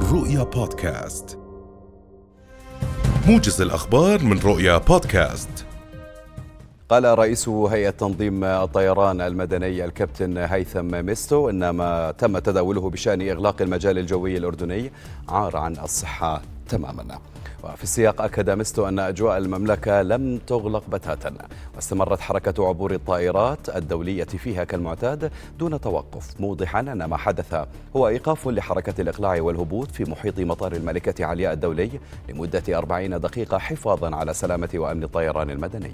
رؤيا بودكاست، موجز الأخبار من رؤيا بودكاست. قال رئيس هيئة تنظيم الطيران المدني الكابتن هيثم ميستو إن ما تم تداوله بشأن إغلاق المجال الجوي الأردني عار عن الصحة تماما. وفي السياق أكد ميستو أن أجواء المملكة لم تغلق بتاتا، واستمرت حركة عبور الطائرات الدولية فيها كالمعتاد دون توقف، موضحا أن ما حدث هو إيقاف لحركة الإقلاع والهبوط في محيط مطار الملكة علياء الدولي لمدة 40 دقيقة حفاظا على سلامة وأمن الطيران المدني.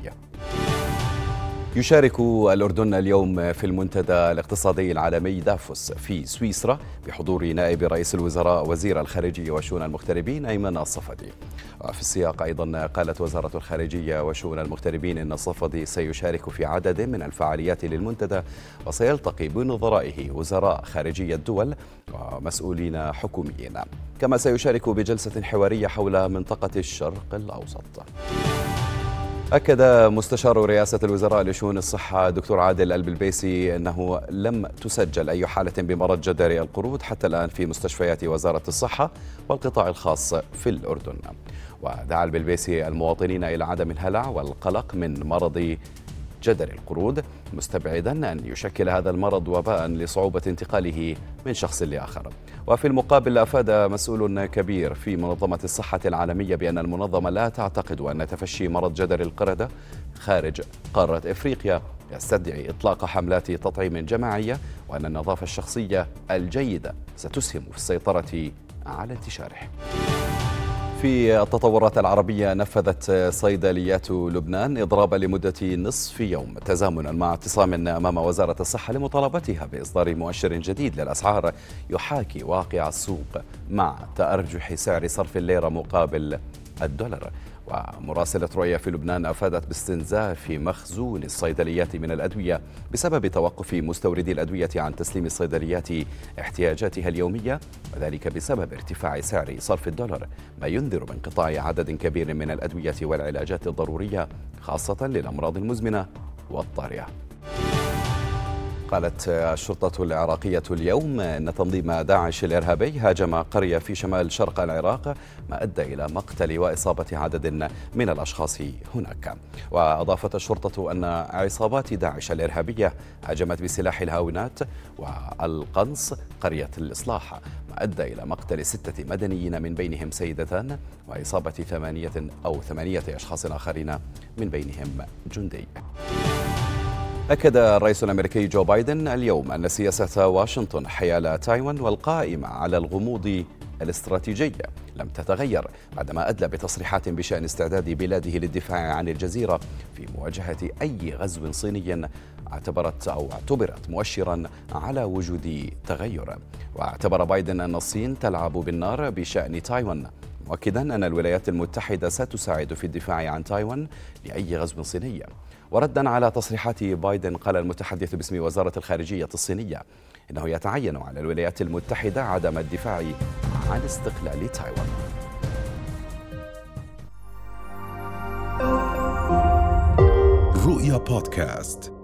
يشارك الأردن اليوم في المنتدى الاقتصادي العالمي دافوس في سويسرا بحضور نائب رئيس الوزراء وزير الخارجية وشؤون المغتربين أيمن الصفدي. وفي السياق أيضا قالت وزارة الخارجية وشؤون المغتربين إن الصفدي سيشارك في عدد من الفعاليات للمنتدى، وسيلتقي بنظرائه وزراء خارجية الدول ومسؤولين حكوميين، كما سيشارك بجلسة حوارية حول منطقة الشرق الأوسط. أكد مستشار رئاسة الوزراء لشؤون الصحة دكتور عادل البلبيسي أنه لم تسجل أي حالة بمرض جدري القرود حتى الآن في مستشفيات وزارة الصحة والقطاع الخاص في الأردن. ودعا البلبيسي المواطنين إلى عدم الهلع والقلق من مرض جدري القرود، مستبعدا أن يشكل هذا المرض وباء لصعوبة انتقاله من شخص لآخر. وفي المقابل أفاد مسؤول كبير في منظمة الصحة العالمية بأن المنظمة لا تعتقد أن تفشي مرض جدري القردة خارج قارة إفريقيا يستدعي إطلاق حملات تطعيم جماعية، وأن النظافة الشخصية الجيدة ستسهم في السيطرة على انتشاره. في التطورات العربية، نفذت صيدليات لبنان إضرابا لمدة نصف يوم تزامنا مع اعتصام أمام وزارة الصحة لمطالبتها بإصدار مؤشر جديد للأسعار يحاكي واقع السوق مع تأرجح سعر صرف الليرة مقابل الدولار. ومراسلة رؤيا في لبنان أفادت باستنزاف مخزون الصيدليات من الأدوية بسبب توقف مستوردي الأدوية عن تسليم الصيدليات احتياجاتها اليومية، وذلك بسبب ارتفاع سعر صرف الدولار، ما ينذر بانقطاع عدد كبير من الأدوية والعلاجات الضرورية خاصة للأمراض المزمنة والطارئة. قالت الشرطة العراقية اليوم أن تنظيم داعش الإرهابي هاجم قرية في شمال شرق العراق، ما أدى إلى مقتل وإصابة عدد من الأشخاص هناك. وأضافت الشرطة أن عصابات داعش الإرهابية هاجمت بسلاح الهاونات والقنص قرية الإصلاح، ما أدى إلى مقتل 6 مدنيين من بينهم سيدتان، وإصابة 8 أشخاص آخرين من بينهم جندي. أكد الرئيس الأمريكي جو بايدن اليوم أن سياسة واشنطن حيال تايوان والقائمة على الغموض الاستراتيجي لم تتغير، بعدما أدلى بتصريحات بشأن استعداد بلاده للدفاع عن الجزيرة في مواجهة أي غزو صيني اعتبرت مؤشرا على وجود تغير. واعتبر بايدن أن الصين تلعب بالنار بشأن تايوان، مؤكدا أن الولايات المتحدة ستساعد في الدفاع عن تايوان لأي غزو صيني. وردا على تصريحات بايدن، قال المتحدث باسم وزارة الخارجية الصينية إنه يتعين على الولايات المتحدة عدم الدفاع عن استقلال تايوان. رؤيا بودكاست.